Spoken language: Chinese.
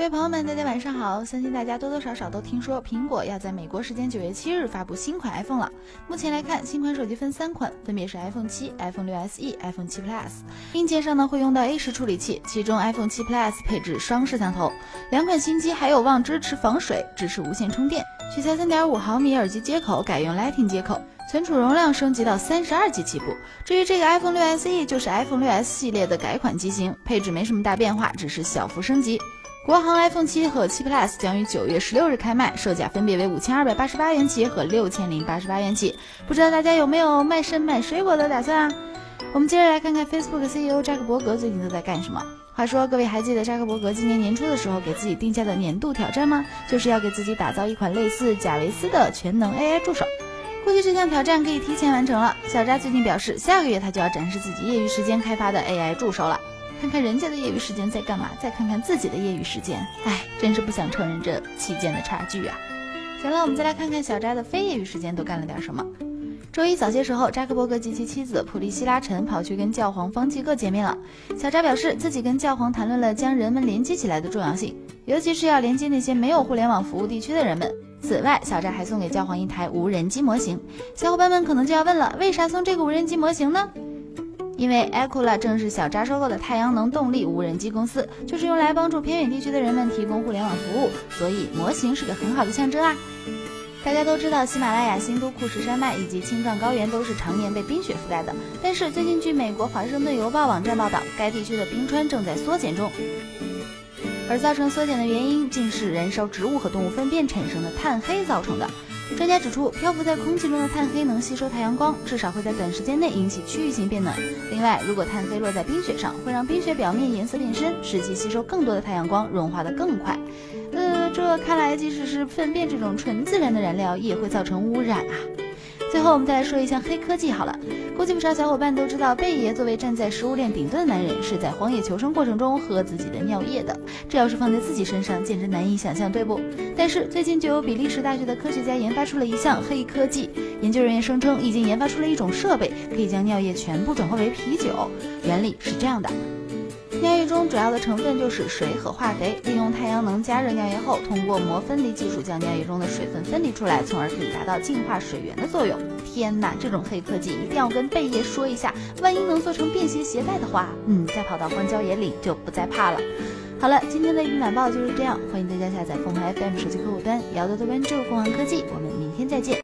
各位朋友们，大家晚上好！相信大家多多少少都听说苹果要在美国时间9月7日发布新款 iPhone 了。目前来看，新款手机分3款，分别是 iPhone 7、iPhone 6 SE、iPhone 7 Plus。硬件上呢会用到 A10 处理器，其中 iPhone 7 Plus 配置双摄像头。两款新机还有望支持防水，支持无线充电，取材3.5毫米耳机接口改用 Lightning 接口。存储容量升级到32G 起步。至于这个 iPhone 6 SE 就是 iPhone 6 S 系列的改款机型，配置没什么大变化，只是小幅升级。国行 iPhone 7和7 Plus 将于9月16日开卖，售价分别为5288元起和6088元起。不知道大家有没有卖肾买水果的打算啊？我们接着来看看 Facebook CEO 扎克伯格最近都在干什么。话说，各位还记得扎克伯格今年年初的时候给自己定下的年度挑战吗？就是要给自己打造一款类似贾维斯的全能 AI 助手。估计这项挑战可以提前完成了。小扎最近表示，下个月他就要展示自己业余时间开发的 AI 助手了。看看人家的业余时间在干嘛，再看看自己的业余时间，真是不想承认这期间的差距啊。行了，我们再来看看小扎的非业余时间都干了点什么。周一早些时候，扎克伯格及其妻子普利希拉陈跑去跟教皇方济各见面了。小扎表示，自己跟教皇谈论了将人们连接起来的重要性，尤其是要连接那些没有互联网服务地区的人们。此外，小扎还送给教皇一台无人机模型。小伙伴们可能就要问了，为啥送这个无人机模型呢？因为 Ecola 正是小扎收购的太阳能动力无人机公司，就是用来帮助偏远地区的人们提供互联网服务，所以模型是个很好的象征啊。大家都知道，喜马拉雅、新都库什山脉以及青藏高原都是常年被冰雪覆盖的，但是最近据美国华盛顿邮报网站报道，该地区的冰川正在缩减中，而造成缩减的原因竟是燃烧植物和动物粪便产生的碳黑造成的。专家指出，漂浮在空气中的碳黑能吸收太阳光，至少会在短时间内引起区域性变暖。另外，如果碳黑落在冰雪上，会让冰雪表面颜色变深，使其吸收更多的太阳光，融化得更快。这看来即使是粪便这种纯自然的燃料，也会造成污染啊。最后我们再来说一项黑科技好了，估计不少小伙伴都知道，贝爷作为站在食物链顶端的男人，是在荒野求生过程中喝自己的尿液的。这要是放在自己身上，简直难以想象，对不？但是最近就有比利时大学的科学家研发出了一项黑科技，研究人员声称已经研发出了一种设备，可以将尿液全部转化为啤酒。原理是这样的。尿液中主要的成分就是水和化肥，利用太阳能加热尿液后，通过膜分离技术将尿液中的水分分离出来，从而可以达到净化水源的作用。天哪，这种黑科技一定要跟贝爷说一下，万一能做成便携携带的话，再跑到荒郊野岭就不再怕了。好了，今天的语音晚报就是这样，欢迎大家下载凤凰 FM 手机客户端，也要多多关注凤凰科技，我们明天再见。